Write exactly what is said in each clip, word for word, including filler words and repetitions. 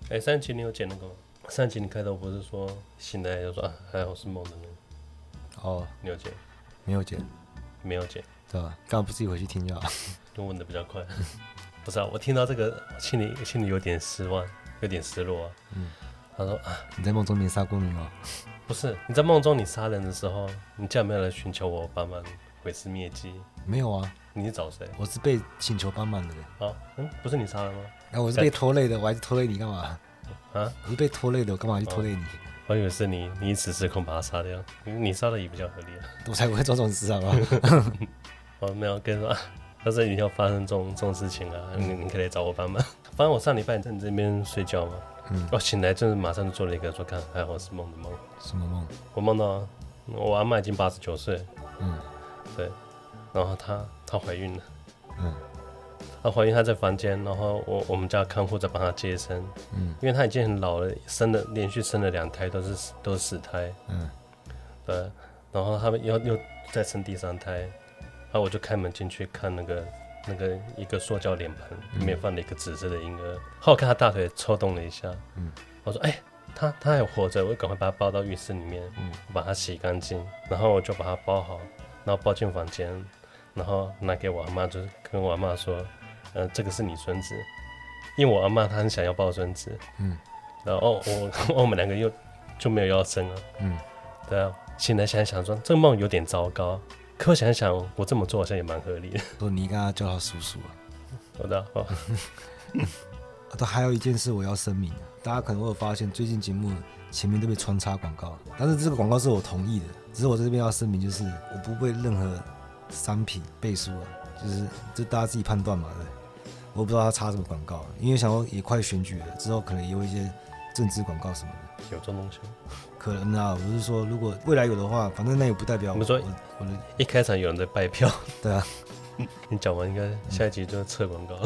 哎、欸，上一期你有剪那个吗？上一期你开头不是说醒来就说啊还好是梦的呢？ 哦， 你有剪？ 没有剪， 没有剪， 对吧？刚刚不自己回去听就好。 就问的比较快。不是啊，我听到这个心里心里有点失望，有点失落啊。嗯，他说啊， 你在梦中没杀过人吗？ 不是，你在梦中你杀人的时候，你竟然没有来寻求我帮忙毁尸灭迹？ 没有啊， 你是找谁？ 我是被请求帮忙的。 啊，嗯，不是你杀的吗？ 啊，我是被拖累的，我还是拖累你干嘛？ 啊， 我是被拖累的，我干嘛去拖累你？ 我以为是你，你一时失控把他杀掉，你杀的也比较合理啊。 我才不会做这种事，好不好？ 我没有跟你说，要是以后发生这种这种事情啊，你你可以来找我帮忙。反正我上礼拜在你这边睡觉嘛，嗯，我醒来就是马上就做了一个说看，还好是梦的梦。 什么梦？ 我梦到我阿嬷已经八十九岁，嗯，对，然后她她怀孕了，嗯。她怀孕，她在房间，然后我我们家看护在帮她接生，嗯，因为她已经很老了，生了连续生了两胎，都是都是死胎，嗯，对，然后他们又又再生第三胎，然后我就开门进去看那个那个一个塑胶脸盆，里面放了一个紫色的婴儿，后来我看她大腿抽动了一下，嗯，我说哎，她她还活着，我赶快把她抱到浴室里面，嗯，把她洗干净，然后我就把她包好，然后抱进房间，然后拿给我阿嬷，就是跟我阿嬷说。呃，这个是你孙子，因为我阿嬷她很想要抱孙子，嗯，然后我我们两个又就没有要生了，嗯，对啊，现在想想说这个梦有点糟糕，可我想想我这么做好像也蛮合理的。 说你跟他叫他叔叔啊， 好的，好。 都还有一件事我要声明，大家可能会有发现最近节目前面都被穿插广告，但是这个广告是我同意的，只是我在这边要声明，就是我不为任何商品背书啊，就是就大家自己判断嘛，对。我不知道他插什么广告，因为想说也快选举了，之后可能也有一些政治广告什么的。 有这种东西？ 可能啊，我是说，如果未来有的话，反正那也不代表我。 我说， 我的一开场有人在拜票。 对啊， 你讲完应该下一集就测广告。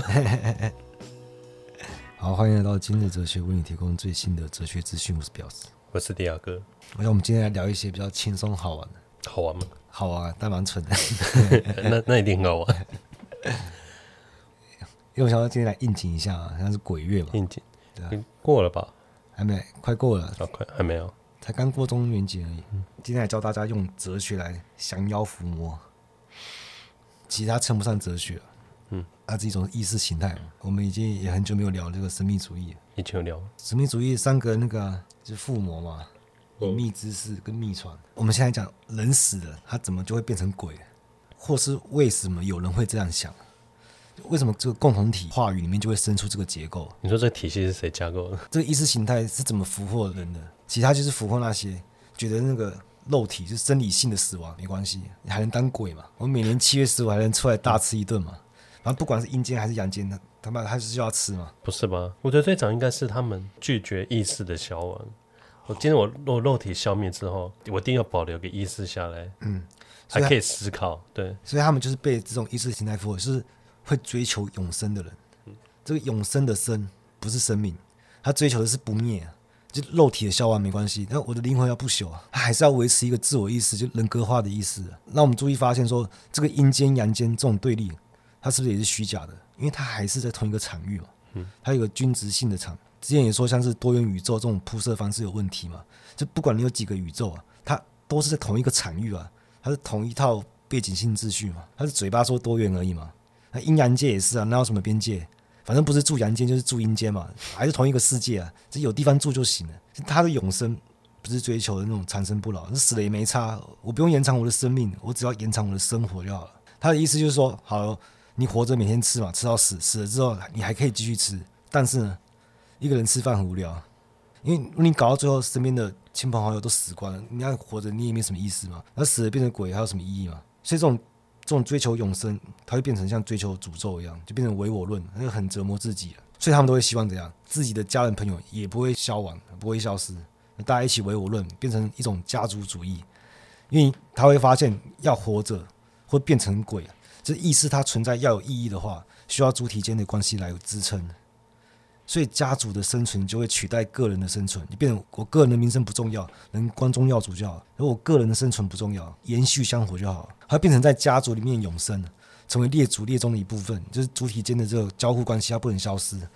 好，欢迎来到今日哲学，为你提供最新的哲学资讯。我是表示， 我是迪亚哥。 我想我们今天来聊一些比较轻松好玩的。 好玩吗？ 好玩、啊，但蛮蠢的。 那那一定很好玩。 因为我想要今天来应景一下啊，像是鬼月嘛， 应景，对啊，过了吧？ 还没，快过了， 啊，快还没有， 才刚过中元节而已。嗯、今天来教大家用哲学来降妖伏魔，其实它称不上哲学，嗯，它是一种意识形态。我们已经也很久没有聊这个神秘主义了， 以前有聊神秘主义三个那个、啊、就是附魔嘛，隐秘知识跟秘传。我们现在讲人死了，他怎么就会变成鬼，或是为什么有人会这样想？为什么这个共同体话语里面就会生出这个结构？ 你说这个体系是谁架构的？ 这个意识形态是怎么俘获人的？其实它就是俘获那些觉得那个肉体就是生理性的死亡没关系，你还能当鬼嘛？我们每年七月十五还能出来大吃一顿嘛？反正不管是阴间还是阳间，他他妈他就是要吃嘛？ 不是吧？我觉得最早应该是他们拒绝意识的消亡。我今天我肉肉体消灭之后，我一定要保留个意识下来，嗯，还可以思考。对， 所以他们就是被这种意识形态俘获，就是会追求永生的人。这个永生的生不是生命，他追求的是不灭、啊，就肉体的消亡没关系，但我的灵魂要不朽啊，他还是要维持一个自我意识，就人格化的意识、啊。那我们注意发现说，这个阴间阳间这种对立，它是不是也是虚假的？因为它还是在同一个场域嘛，它有个均值性的场。之前也说像是多元宇宙这种铺设方式有问题嘛，就不管你有几个宇宙啊，它都是在同一个场域啊，它是同一套背景性秩序嘛，它是嘴巴说多元而已嘛。那阴阳界也是啊，哪有什么边界？反正不是住阳间就是住阴间嘛，还是同一个世界啊，只有地方住就行了。他的永生不是追求的那种长生不老，死了也没差，我不用延长我的生命，我只要延长我的生活就好了。他的意思就是说，好，你活着每天吃嘛，吃到死，死了之后你还可以继续吃，但是呢，一个人吃饭很无聊，因为你搞到最后身边的亲朋好友都死光了，你要活着你也没什么意思嘛，那死了变成鬼还有什么意义嘛？所以这种。这种追求永生，它会变成像追求诅咒一样，就变成唯我论，那个很折磨自己。所以他们都会希望怎样，自己的家人朋友也不会消亡，不会消失，大家一起唯我论，变成一种家族主义。因为他会发现，要活着会变成鬼，这意识它存在要有意义的话，需要主体间的关系来支撑。所以家族的生存就会取代个人的生存，你变成我个人的名声不重要，能光宗耀祖就好，而我个人的生存不重要，延续香火就好，它变成在家族里面永生，成为列祖列宗的一部分，就是主体间的这个交互关系它不能消失，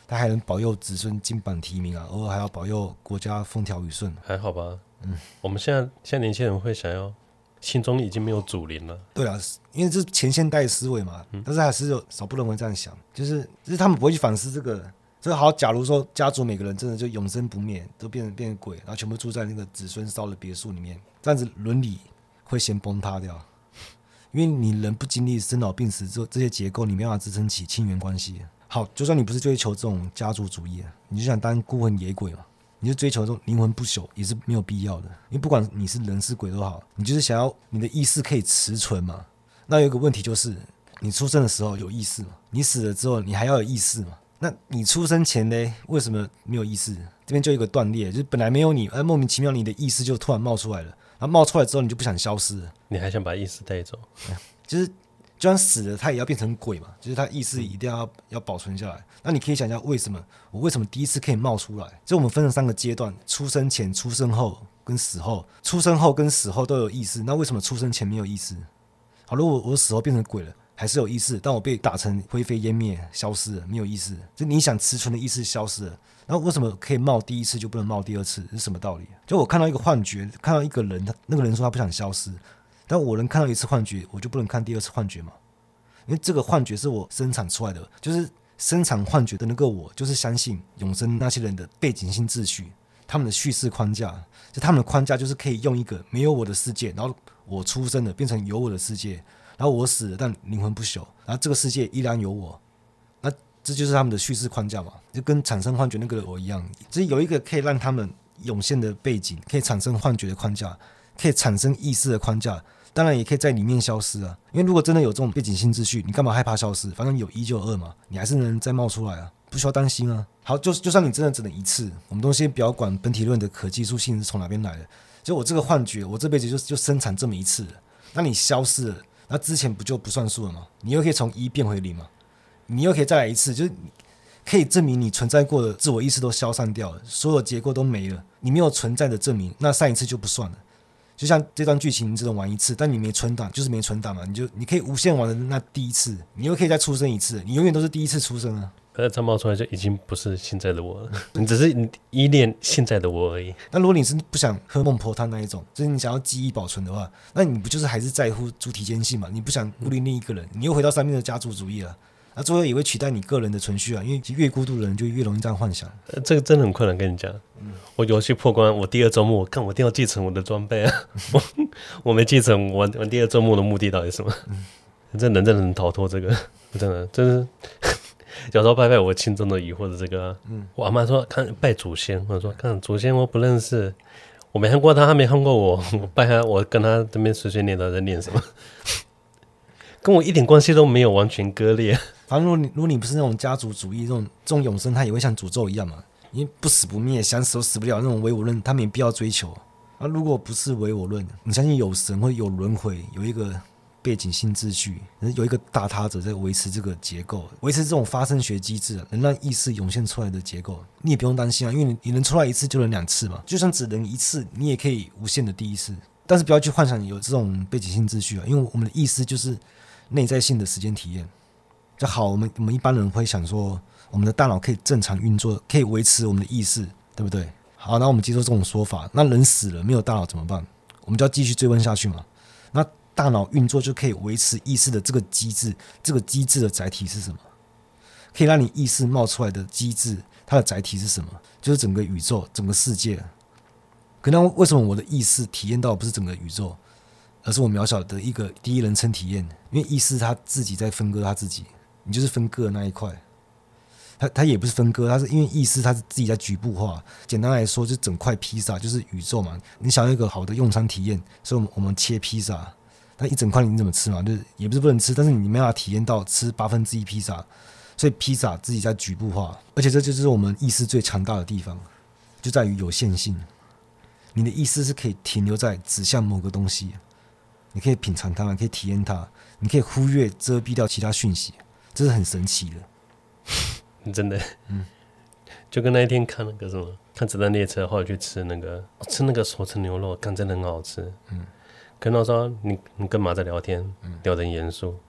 他还能保佑子孙金榜题名啊，偶尔还要保佑国家风调雨顺。 还好吧？嗯，我们现在现在年轻人会想要，心中已经没有祖灵了。 对啊，因为这是前现代思维嘛，嗯、但是还是有少部分人会这样想，就是就是他们不会去反思这个。这好，假如说家族每个人真的就永生不灭，都变成变成鬼，然后全部住在那个子孙烧的别墅里面，这样子伦理会先崩塌掉。因为你人不经历生老病死这这些结构，你没办法支撑起亲缘关系。好，就算你不是追求这种家族主义，你就想当孤魂野鬼嘛，你就追求这种灵魂不朽也是没有必要的。因为不管你是人是鬼都好，你就是想要你的意识可以持存嘛。那有一个问题就是，你出生的时候有意识嘛？你死了之后你还要有意识嘛？那你出生前呢，为什么没有意识？这边就有一个断裂，就是本来没有你，而莫名其妙你的意识就突然冒出来了，然后冒出来之后你就不想消失了， 你还想把意识带走？ 就是就算死了，他也要变成鬼嘛，就是他意识一定要要保存下来。那你可以想一下，为什么我为什么第一次可以冒出来？就我们分成三个阶段：出生前、出生后跟死后。出生后跟死后都有意识，那为什么出生前没有意识？好，如果我死后变成鬼了，还是有意识，但我被打成灰飞烟灭，消失了，没有意识。就你想持存的意识消失了，然后为什么可以冒第一次就不能冒第二次？是什么道理？就我看到一个幻觉，看到一个人，他那个人说他不想消失，但我能看到一次幻觉，我就不能看第二次幻觉嘛？因为这个幻觉是我生产出来的，就是生产幻觉的那个我，就是相信永生那些人的背景性秩序，他们的叙事框架，就他们的框架就是可以用一个没有我的世界，然后我出生了变成有我的世界。然后我死了，但灵魂不朽，然后这个世界依然有我，那这就是他们的叙事框架嘛，就跟产生幻觉那个我一样，就是有一个可以让他们涌现的背景，可以产生幻觉的框架，可以产生意识的框架，当然也可以在里面消失啊。因为如果真的有这种背景性秩序，你干嘛害怕消失？反正有一就有二嘛，你还是能再冒出来啊，不需要担心啊。好，就就算你真的只能一次，我们都先不要管本体论的可计数性是从哪边来的，就我这个幻觉，我这辈子 就, 就生产这么一次了，那你消失了。那之前不就不算数了吗？你又可以从一变回零嘛？你又可以再来一次，就是可以证明你存在过的自我意识都消散掉了，所有结构都没了，你没有存在的证明，那上一次就不算了。就像这段剧情，你只能玩一次，但你没存档，就是没存档嘛，你就你可以无限玩的那第一次，你又可以再出生一次，你永远都是第一次出生啊。 可是它冒出来就已经不是现在的我了，你只是依恋现在的我而已。 那如果你是不想喝孟婆汤那一种，就是你想要记忆保存的话，那你不就是还是在乎主体间性嘛？你不想孤立另一个人，你又回到上面的家族主义了。那最后也会取代你个人的存续啊，因为越孤独的人就越容易这样幻想。 呃、这个真的很困难，跟你讲。嗯、我游戏破关，我第二周末，我看我一定要继承我的装备啊！我我没继承，我玩第二周末的目的到底是什么？嗯、这人真的能逃脱这个？真的，真是。有时候拜拜我心中的疑惑的这个、啊嗯、我阿妈说看拜祖先，我说看祖先我不认识，我没看过他，他没看过我，我拜他，我跟他这边随随念叨在念什么，跟我一点关系都没有，完全割裂。 反正如果你如果你不是那种家族主义这种这种永生，他也会像诅咒一样嘛，因为不死不灭，想死都死不了那种唯我论，他没必要追求。啊，如果不是唯我论，你相信有神或有轮回，有一个背景性秩序，有一个大他者在维持这个结构，维持这种发生学机制、啊、能让意识涌现出来的结构，你也不用担心啊，因为 你, 你能出来一次就能两次嘛，就算只能一次，你也可以无限的第一次。但是不要去幻想有这种背景性秩序啊，因为我们的意识就是内在性的时间体验。就好，我们我们一般人会想说，我们的大脑可以正常运作，可以维持我们的意识，对不对？好，那我们接受这种说法，那人死了没有大脑怎么办？我们就要继续追问下去嘛。那大脑运作就可以维持意识的这个机制，这个机制的载体是什么？可以让你意识冒出来的机制，它的载体是什么？就是整个宇宙，整个世界。可能为什么我的意识体验到不是整个宇宙，而是我渺小的一个第一人称体验？因为意识它自己在分割它自己，你就是分割的那一块。它它也不是分割，它是因为意识它是自己在局部化。简单来说，就整块披萨就是宇宙嘛。你想要一个好的用餐体验，所以我们切披萨。那一整块你怎么吃嘛？就是也不是不能吃，但是你没办法体验到吃八分之一披萨，所以披萨自己在局部化，而且这就是我们意识最强大的地方，就在于有限性。你的意识是可以停留在指向某个东西，你可以品尝它，可以体验它，你可以忽略遮蔽掉其他讯息，这是很神奇的。 真的，嗯，就跟那一天看那个什么，看子弹列车，后来去吃那个吃那个熟成牛肉，干真的很好吃，嗯。可能说你你跟马在聊天，聊得很严肃，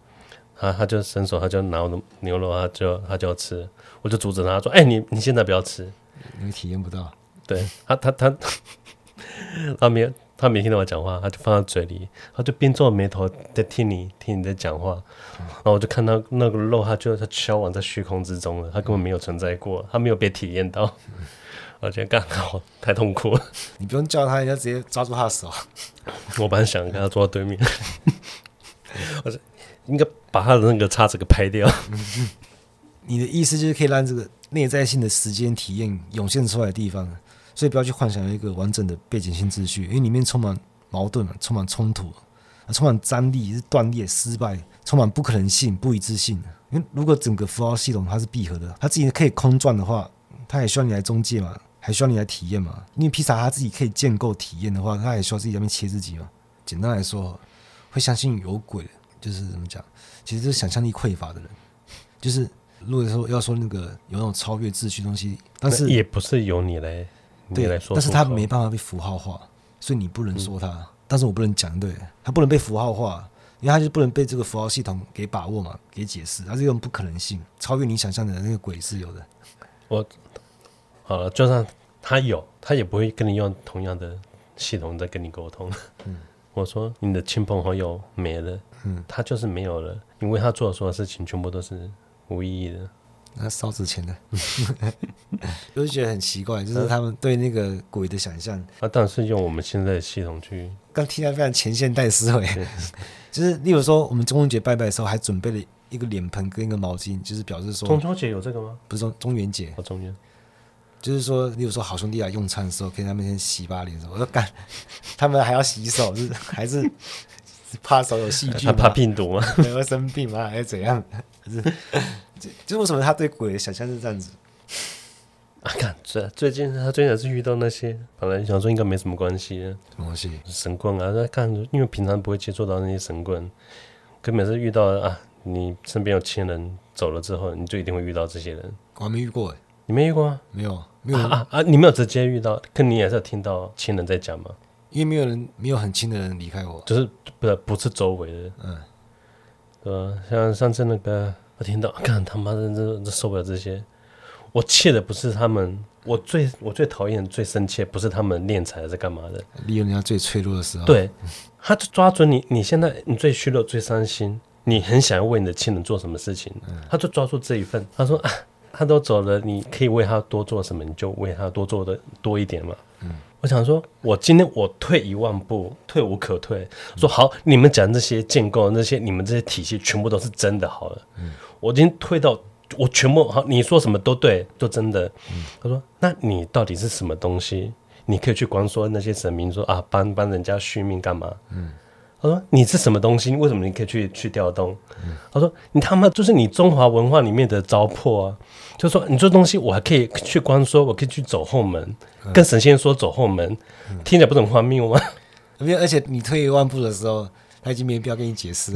他他就伸手，他就拿我的牛肉，他就他就要吃，我就阻止他说：“哎、欸，你你现在不要吃， 你体验不到。” 对他他他他没有他没听到我讲话，他就放在嘴里，他就边皱眉头在听你听你在讲话，然后我就看到那个肉，他就他消亡在虚空之中了，他根本没有存在过，他没有被体验到。我觉得刚好太痛苦了， 你不用叫他，人家直接抓住他的手。 我本来想跟他坐到对面，我应该把他的那个叉子给拍掉。 你的意思就是可以让这个内在性的时间体验涌现出来的地方，所以不要去幻想一个完整的背景性秩序，因为里面充满矛盾，充满冲突，充满张力、是断裂、失败，充满不可能性、不一致性。因为如果整个符号系统它是闭合的，它自己可以空转的话，它也需要你来中介嘛，还需要你来体验嘛。因为披萨它自己可以建构体验的话，它也需要自己在那边切自己嘛。简单来说，会相信有鬼的，就是怎么讲，其实就是想象力匮乏的人，就是如果说要说那个有那种超越秩序的东西，但是也不是由你来你来说， 但是它没办法被符号化，所以你不能说它，嗯、但是我不能讲，对，它不能被符号化，因为它就不能被这个符号系统给把握嘛，给解释，它是一种不可能性，超越你想象的那个鬼是有的。 我好了，就算他有，他也不会跟你用同样的系统在跟你沟通。嗯，我说你的亲朋好友没了，嗯，他就是没有了，因为他做的所有事情全部都是无意义的。 那烧纸钱的，我就觉得很奇怪，就是他们对那个鬼的想象， 啊，当然是用我们现在的系统去， 刚听起来非常前现代思维，就是例如说我们中元节拜拜的时候，还准备了一个脸盆跟一个毛巾，就是表示说中秋节有这个吗？ 不是中中元节， 哦，中元， 就是说，例如说好兄弟来用餐的时候，可以在他们先洗把脸的时候，我说干，他们还要洗手，是还是怕手有细菌？ 他怕病毒吗？ 会生病吗？还是怎样？是就就为什么他对鬼的想象是这样子？ 啊，看最最近他最近还是遇到那些，本来想说应该没什么关系的， 什么东西？ 神棍啊，在看，因为平常不会接触到那些神棍，可每次遇到啊，你身边有亲人走了之后，你就一定会遇到这些人。 我还没遇过哎， 你没遇过吗？ 没有，没有啊啊啊！你没有直接遇到，可你也是有听到亲人在讲吗？ 因为没有人，没有很亲的人离开我， 就是不是不是周围的，嗯，对吧？像上次那个，我听到，看他妈的，这这受不了这些。我气的不是他们，我最我最讨厌、最生气，不是他们敛财是干嘛的？ 利用人家最脆弱的时候， 对，他就抓准你，你现在你最虚弱、最伤心，你很想要为你的亲人做什么事情，嗯、他就抓住这一份，他说啊，他都走了，你可以为他多做什么，你就为他多做的多一点嘛。嗯，我想说，我今天我退一万步，退无可退，嗯、说好，你们讲这些建构那些，你们这些体系全部都是真的，好了，嗯、我今天退到。我全部好，你说什么都对，都真的。嗯、他说：“那你到底是什么东西？你可以去光说那些神明说啊，帮帮人家续命干嘛？”嗯、他说：“你是什么东西？为什么你可以去去调动？”嗯、他说：“你他妈就是你中华文化里面的糟粕啊！就说你这东西，我还可以去光说，我可以去走后门，嗯、跟神仙说走后门，嗯、听起来不是很荒谬吗？ 而且你退一万步的时候，他已经没必要跟你解释了。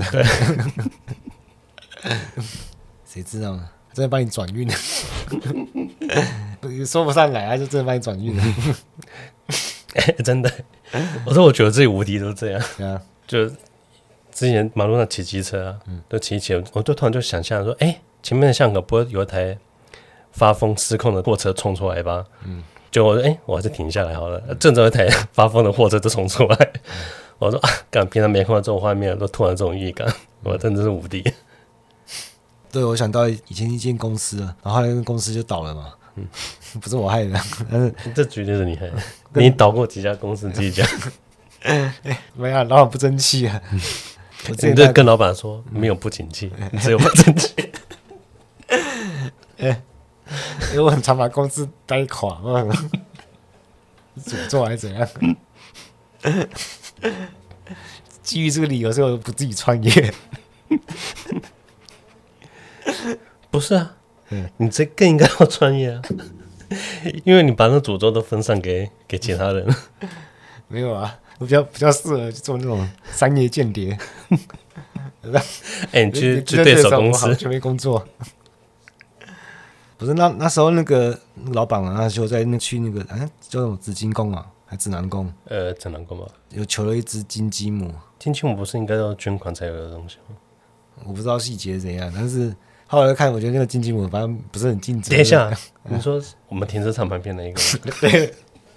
谁知道呢？”真的帮你转运了，说不上来，他就真的帮你转运了。 欸、真的，我说我觉得自己无敌都这样。啊、就之前马路上骑机车啊，嗯、都骑一骑，我就突然就想象说，哎、欸，前面的巷口不会有一台发疯失控的货车冲出来吧？嗯，就我说，哎、欸，我还是停下来好了。嗯、正着一台发疯的货车就冲出来，嗯、我说啊，干，平常没看到这种画面，都突然这种预感，我真的是无敌。 对，我想到以前一间公司，然后那个公司就倒了嘛，嗯、不是我害的，但是这绝对是你害的。你倒过几家公司，自己讲。 没有，老板不争气啊。 我你就跟老板说，没有不景气，嗯、只有不争气。 哎，因为我很常把公司带垮嘛，诅咒还是怎样？基于这个理由，所以我不自己创业。 不是啊，嗯、你这更应该要创业啊，因为你把那诅咒都分散给给其他人。 没有啊，我比较比较适合做那种商业间谍。 哎、欸，你去去对手公司， 就没工作。不是那那时候那个老板啊，他就在那去那个哎叫什么紫金宫啊，还指南宫？ 呃，指南宫吧， 有求了一只金鸡母。 金鸡母不是应该要捐款才有的东西吗？ 我不知道细节怎样，但是后来看，我觉得那个经纪人反正不是很尽责。 等一下，你说我们停车场旁边那一个？ 对，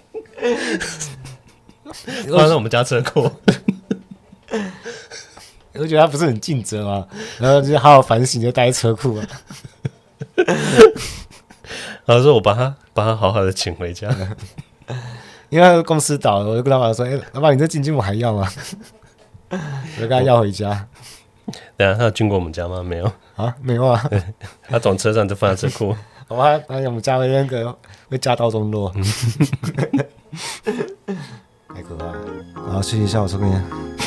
放在我们家车库。 我觉得他不是很尽责嘛，然后就好好反省，就待在车库啊。 然后说我把他把他好好的请回家， 因为他公司倒了，我就跟老板说：“哎、欸，老板，你这经纪我还要吗？”我就跟他要回家。 等一下他有经过我们家吗？没有啊，没有啊。 他从车上就放在车库。 我怕他我们家会那个会家道中落。太可怕了。好，谢谢下午收看。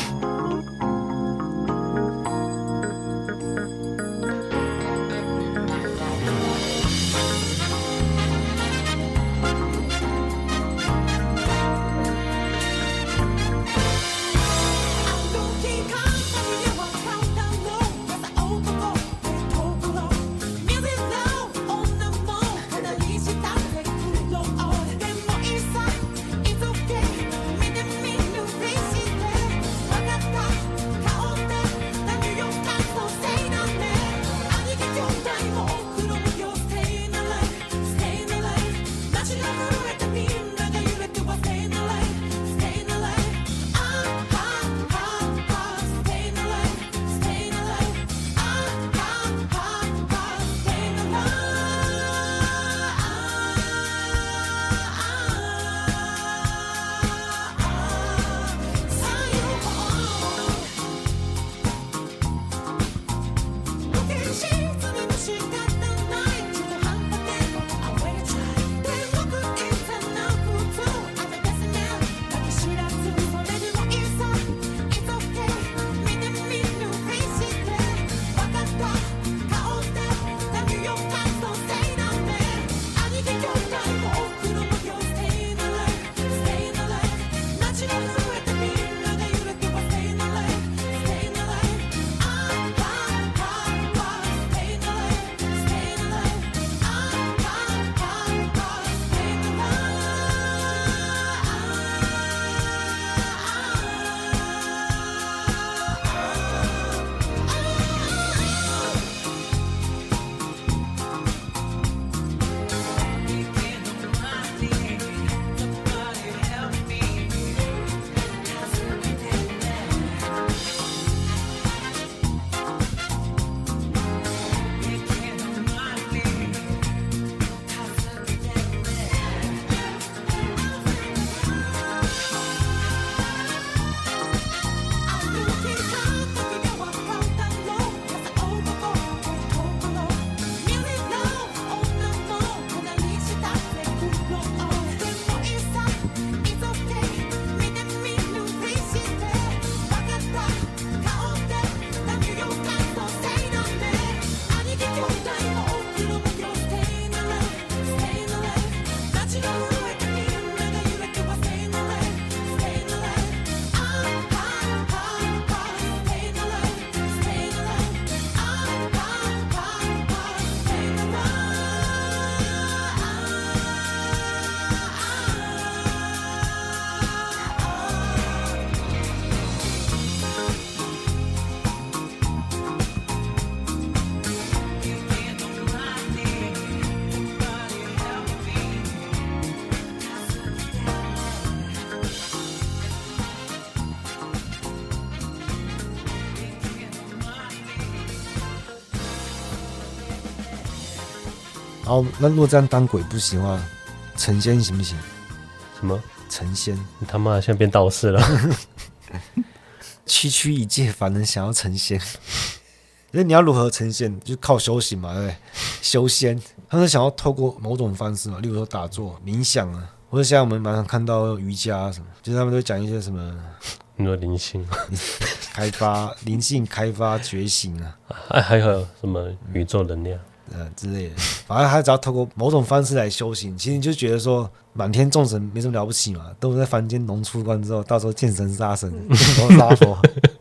然后那如果这样当鬼不行的话，成仙行不行？ 什么成仙？ 你他妈现在变道士了？ 区区一介凡人想要成仙，那你要如何成仙？就靠修行嘛，对不对？修仙，他们想要透过某种方式嘛，例如说打坐、冥想啊，或者现在我们蛮常看到瑜伽啊什么，就是他们都讲一些什么， 你说灵性开发、灵性开发、觉醒啊， 还还有什么宇宙能量？ 呃之类的，反正他只要透过某种方式来修行，其实你就觉得说满天众神没什么了不起嘛，都在凡间龙出关之后，到时候见神杀神，见佛杀佛，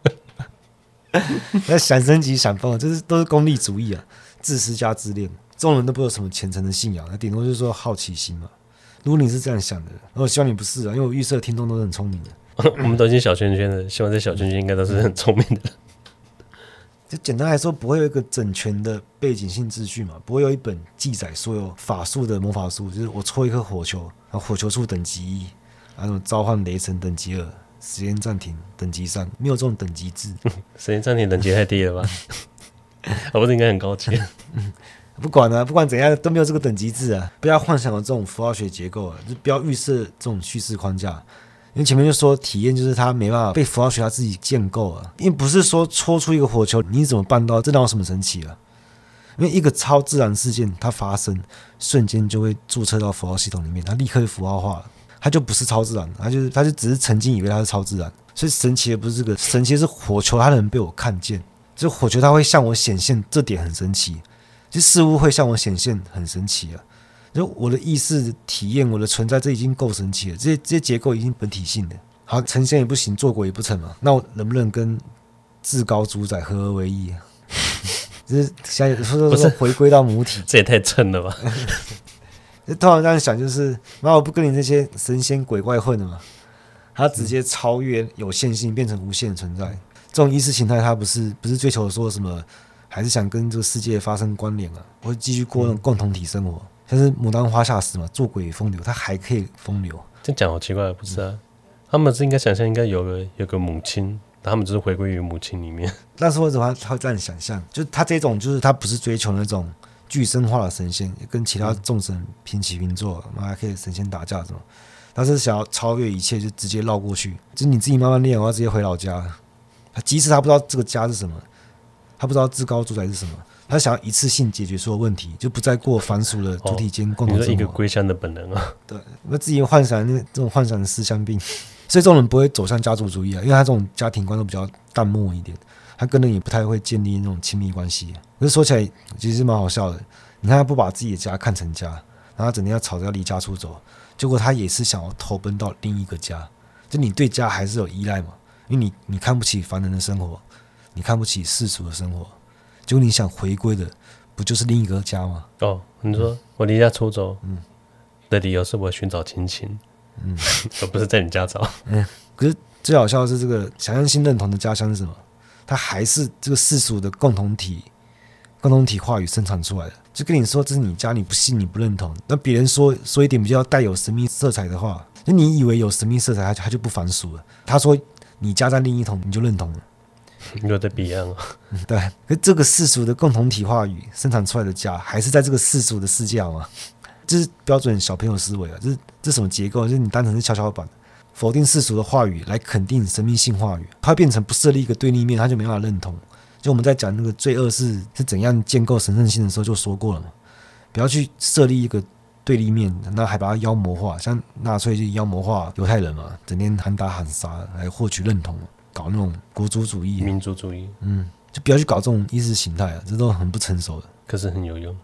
那闪升级闪疯，这是都是功利主义啊，自私加自恋，这种人都不会有什么虔诚的信仰，那顶多就是说好奇心嘛。如果你是这样想的，我希望你不是啊，因为我预设听众都是很聪明的。 我们都已经小圈圈了，希望这小圈圈应该都是很聪明的人。 就简单来说，不会有一个整全的背景性秩序嘛，不会有一本记载所有法术的魔法书，就是我抽一颗火球，然后火球数等级一，然后召唤雷神等级二，时间暂停等级三，没有这种等级制。 时间暂停等级太低了吧？我不是应该很高级？ 不管啊，不管怎样都没有这个等级制啊！不要幻想有这种符号学结构啊，就不要预设这种叙事框架。因为前面就说体验就是它没办法被符号学它自己建构啊，因为不是说戳出一个火球你怎么办到，这哪有什么神奇啊？因为一个超自然事件它发生，瞬间就会注册到符号系统里面，它立刻符号化了，它就不是超自然，它就是它就只是曾经以为它是超自然。所以神奇的不是这个，神奇的是火球它能被我看见，就火球它会向我显现，这点很神奇。就事物会向我显现，很神奇啊！就我的意识体验，我的存在，这已经够神奇了。这些这些结构已经本体性的，好，成仙也不行，做鬼也不成嘛。那我能不能跟至高主宰合而为一啊？就是现在说说回归到母体， 这也太蹭了吧！ 就通常这样想，就是那我不跟你这些神仙鬼怪混了嘛？它直接超越有限性，变成无限存在。这种意识形态，它不是不是追求说什么。还是想跟这个世界发生关联啊，或者继续过那种共同体生活，像是牡丹花下死嘛，做鬼风流，他还可以风流。 这讲好奇怪，不是啊？嗯、他们是应该想象应该有个有个母亲，他们只是回归于母亲里面。 但是为什么他会这样想象？就是他这种，就是他不是追求那种具身化的神仙，跟其他众神平起平坐，嘛还可以神仙打架什么。他是想要超越一切，就直接绕过去，就是你自己慢慢练，我要直接回老家。即使他不知道这个家是什么。他不知道至高主宰是什么，他想要一次性解决所有问题，就不再过凡俗的主体间共同生活。 你说一个归乡的本能啊？ 对，那自己幻想那这种幻想的思乡病，所以这种人不会走向家族主义啊，因为他这种家庭观都比较淡漠一点，他跟人也不太会建立那种亲密关系。可是说起来其实蛮好笑的，你看他不把自己的家看成家，然后他整天要吵着要离家出走，结果他也是想要投奔到另一个家，就你对家还是有依赖嘛，因为你你看不起凡人的生活。你看不起世俗的生活，结果你想回归的，不就是另一个家吗？ 哦，你说我离家出走，嗯，的理由是我寻找亲情，嗯，而不是在你家找。 嗯，可是最好笑的是，这个想象性认同的家乡是什么？它还是这个世俗的共同体、共同体话语生产出来的。就跟你说这是你家，你不信，你不认同。那别人说说一点比较带有神秘色彩的话，就你以为有神秘色彩，他就他就不反属了。他说你家在另一头，你就认同了。 你有在比样啊？ 对，可这个世俗的共同体话语生产出来的家，还是在这个世俗的世界好吗？这是标准小朋友思维啊！这是这是什么结构？就是你单纯是跷跷板，否定世俗的话语来肯定神秘性话语，它变成不设立一个对立面，它就没办法认同。就我们在讲那个罪恶是是怎样建构神圣性的时候就说过了嘛，不要去设立一个对立面，那还把它妖魔化，像纳粹就妖魔化犹太人嘛，整天喊打喊杀来获取认同。搞那种国族主义、 民族主义， 嗯，就不要去搞这种意识形态啊，这都很不成熟的。 可是很有用。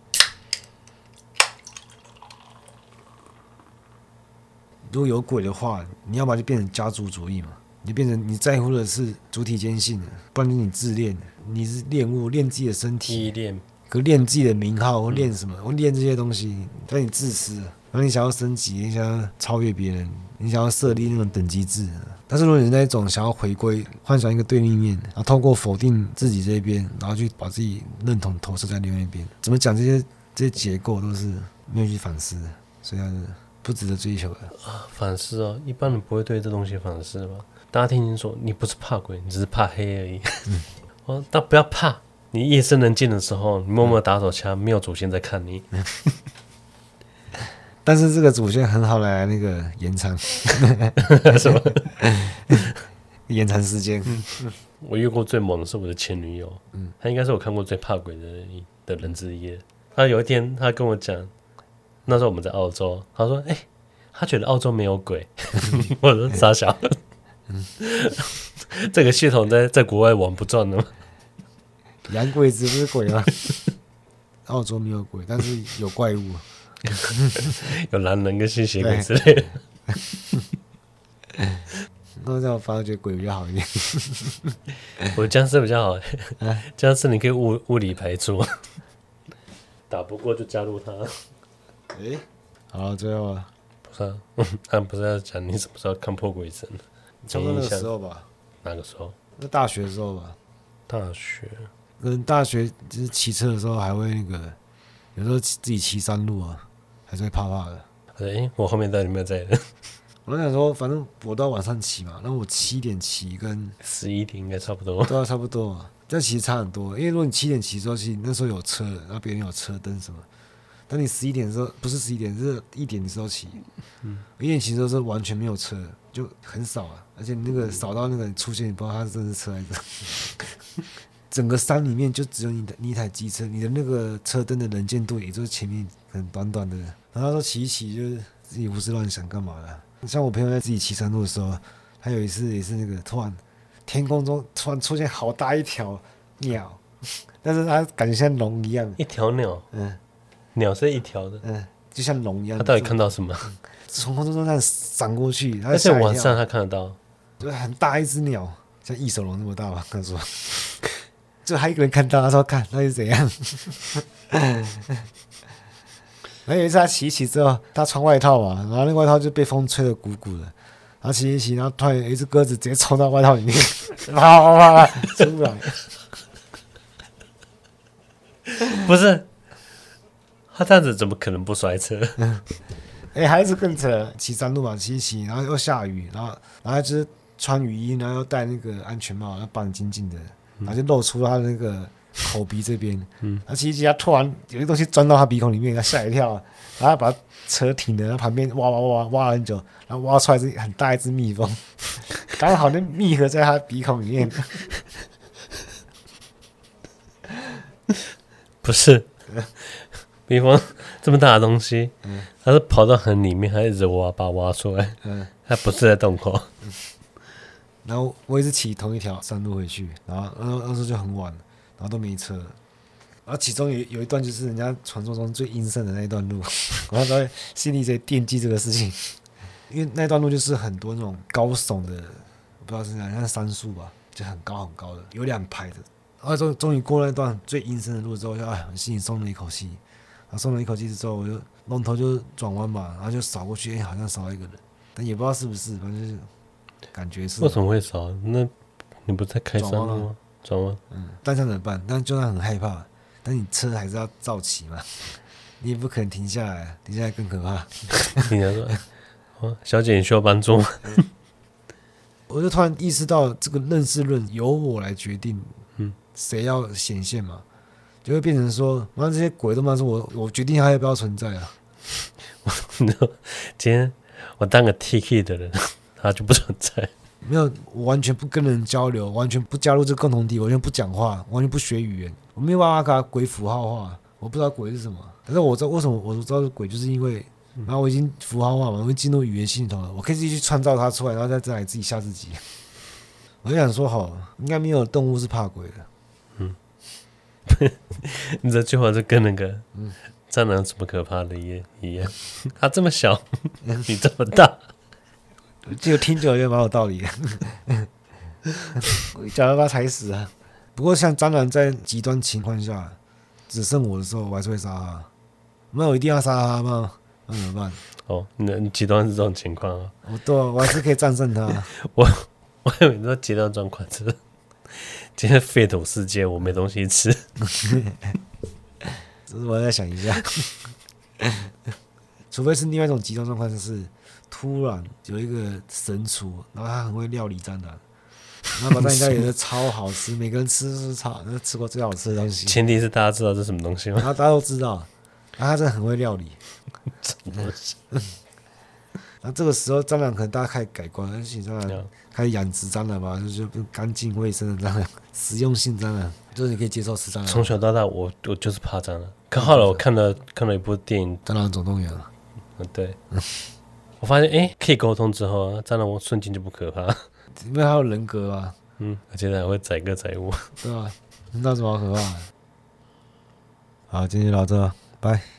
如果有鬼的话，你要么就变成家族主义嘛，你变成你在乎的是主体间性，不然就你自恋，你是恋物，恋自己的身体， 依恋， 可恋自己的名号，或恋什么，或恋这些东西，但你自私，然后你想要升级，你想要超越别人，你想要设立那种等级制。但是如果你那种想要回归，幻想一个对立面，然后透过否定自己这一边，然后去把自己认同投射在另外一边，怎么讲这些这些结构都是没有去反思，所以它是不值得追求的。 啊，反思哦，一般人不会对这东西反思吧？大家听清楚，你不是怕鬼，你只是怕黑而已。嗯、哦，但不要怕，你夜深人静的时候，你默默打手枪，没有祖先在看你。 但是这个祖先很好来那个延长， 什么？ 延长时间。 我遇过最猛的是我的前女友，嗯，她应该是我看过最怕鬼的的人之一。她有一天，她跟我讲，那时候我们在澳洲，她说：“哎、欸，她觉得澳洲没有鬼。”我说：“傻小，这个系统在在国外玩不转的吗？ 洋鬼子不是鬼吗？澳洲没有鬼，但是有怪物。” 有男人跟吸血鬼之类的， 那这样反而觉得鬼比较好一点。 我僵尸比较好，僵尸你可以 物, 物理排除，打不过就加入他。 哎、欸，好，最后啊， 不是啊，他不是要讲你什么时候看破鬼神？ 差不多那个时候吧。 哪个时候？ 那大学的时候吧。 大学跟大学就是骑车的时候还会那个，有时候自己骑山路啊，还是会怕怕的。 哎、欸，我后面到底有没有在的？ 我想说，反正我都要晚上骑嘛，那我七点骑跟十一点应该差不多， 都要差不多嘛。这样其实差很多，因为如果你七点骑的时候，其实那时候有车，然后别人有车灯什么。当你十一点的时候，不是十一点，是一点的时候骑，嗯，一点骑的时候是完全没有车，就很少啊，而且那个少到那个出现，你不知道它是真的是车还是。整个山里面就只有你的你一台机车，你的那个车灯的能见度也就是前面很短短的，然后他说骑一骑就是自己胡思乱想干嘛的。像我朋友在自己骑山路的时候，他有一次也是那个突然天空中突然出现好大一条鸟，但是他感觉像龙一样， 一条鸟，嗯，鸟是一条的， 嗯，就像龙一样。 他到底看到什么？ 从空中这样闪过去， 而且晚上他看得到， 就很大一只鸟，像翼手龙那么大吧？他说。就还一个人看到，他说看那是怎样。然后有一次他骑一骑之后，他穿外套嘛，然后那外套就被风吹得鼓鼓的。然后骑一骑，然后突然有一只鸽子直接冲到外套里面，啪啪啪啪出来。 不是，他这样子怎么可能不摔车？ 哎、欸，还是更扯，骑山路嘛，骑一骑，然后又下雨，然后然后就是穿雨衣，然后又戴那个安全帽，然后绑紧紧的。然后就露出他的那个口鼻这边，嗯，他骑一骑，他突然有一个东西钻到他鼻孔里面，他吓一跳，然后把车停了，然后旁边挖挖挖挖了很久，然后挖出来是很大一只蜜蜂，刚好那密合在他鼻孔里面。 不是，蜜蜂这么大的东西，嗯，它是跑到很里面，还一直挖把它挖出来，嗯，它不是在洞口。嗯， 然后我也是骑同一条山路回去，然后那那时候就很晚，然后都没车，然后其中有有一段就是人家传说中最阴森的那一段路，我那时候心里在惦记这个事情，因为那段路就是很多那种高耸的，我不知道是哪像杉树吧，就很高很高的，有两排的。然后终终于过那段最阴森的路之后，就哎，我心里松了一口气。然后松了一口气之后，我就龙头就转弯嘛，然后就扫过去，哎，好像扫到一个人，但也不知道是不是，反正就是。感觉是为什么会扫？那你不在开山路吗？转弯， 嗯，但这样怎么办？但就算很害怕，但你车还是要照骑嘛，你也不可能停下来，停下来更可怕。 你说，哦，小姐，你需要帮助吗？ 我就突然意识到，这个认识论由我来决定，嗯，谁要显现嘛，就会变成说，妈这些鬼都妈说我，我决定他要不要存在啊。 你说，今天我当个 T K 的人。他就不存在， 没有，我完全不跟人交流，完全不加入这个共同体，完全不讲话，完全不学语言，我没有办法给他鬼符号化，我不知道鬼是什么，但是我知道为什么我知道是鬼，就是因为，然后我已经符号化嘛，我已经进入语言系统了，我可以自己去创造它出来，然后再再来自己吓自己。我就想说，好，应该没有动物是怕鬼的。 嗯，你这句话就跟那个蟑螂有什么可怕的一样，它这么小，你这么大。 这个听久了也蛮有道理的，我讲到他踩死啊。不过像蟑螂在极端情况下只剩我的时候，我还是会杀他。没有一定要杀他吗？那怎么办？ 哦，你极端是这种情况啊？ 哦，对啊，我还是可以战胜他。 我我以为你说极端状况是今天废土世界，我没东西吃。 只是我再想一下，除非是另外一种极端状况，就是突然有一个神厨，然后他很会料理蟑螂，然后把蟑螂料理的超好吃，每个人吃都是超，吃过最好吃的东西。 前提是大家知道这是什么东西吗？ 然后大家都知道，然后他真的很会料理。然后这个时候蟑螂可能大家开始改观，而且蟑螂开始养殖蟑螂嘛，就是干净卫生的蟑螂，实用性蟑螂，就是你可以接受吃蟑螂。 从小到大我我就是怕蟑螂，可后来我看了看了一部电影 《蟑螂总动员》啊， 嗯，对，我发现哎、欸，可以沟通之后，蟑螂瞬间就不可怕， 因为它有人格啊， 嗯，而且它还会载歌载舞， 对吧、啊？那有什么好可怕的？好，今天就到这，拜。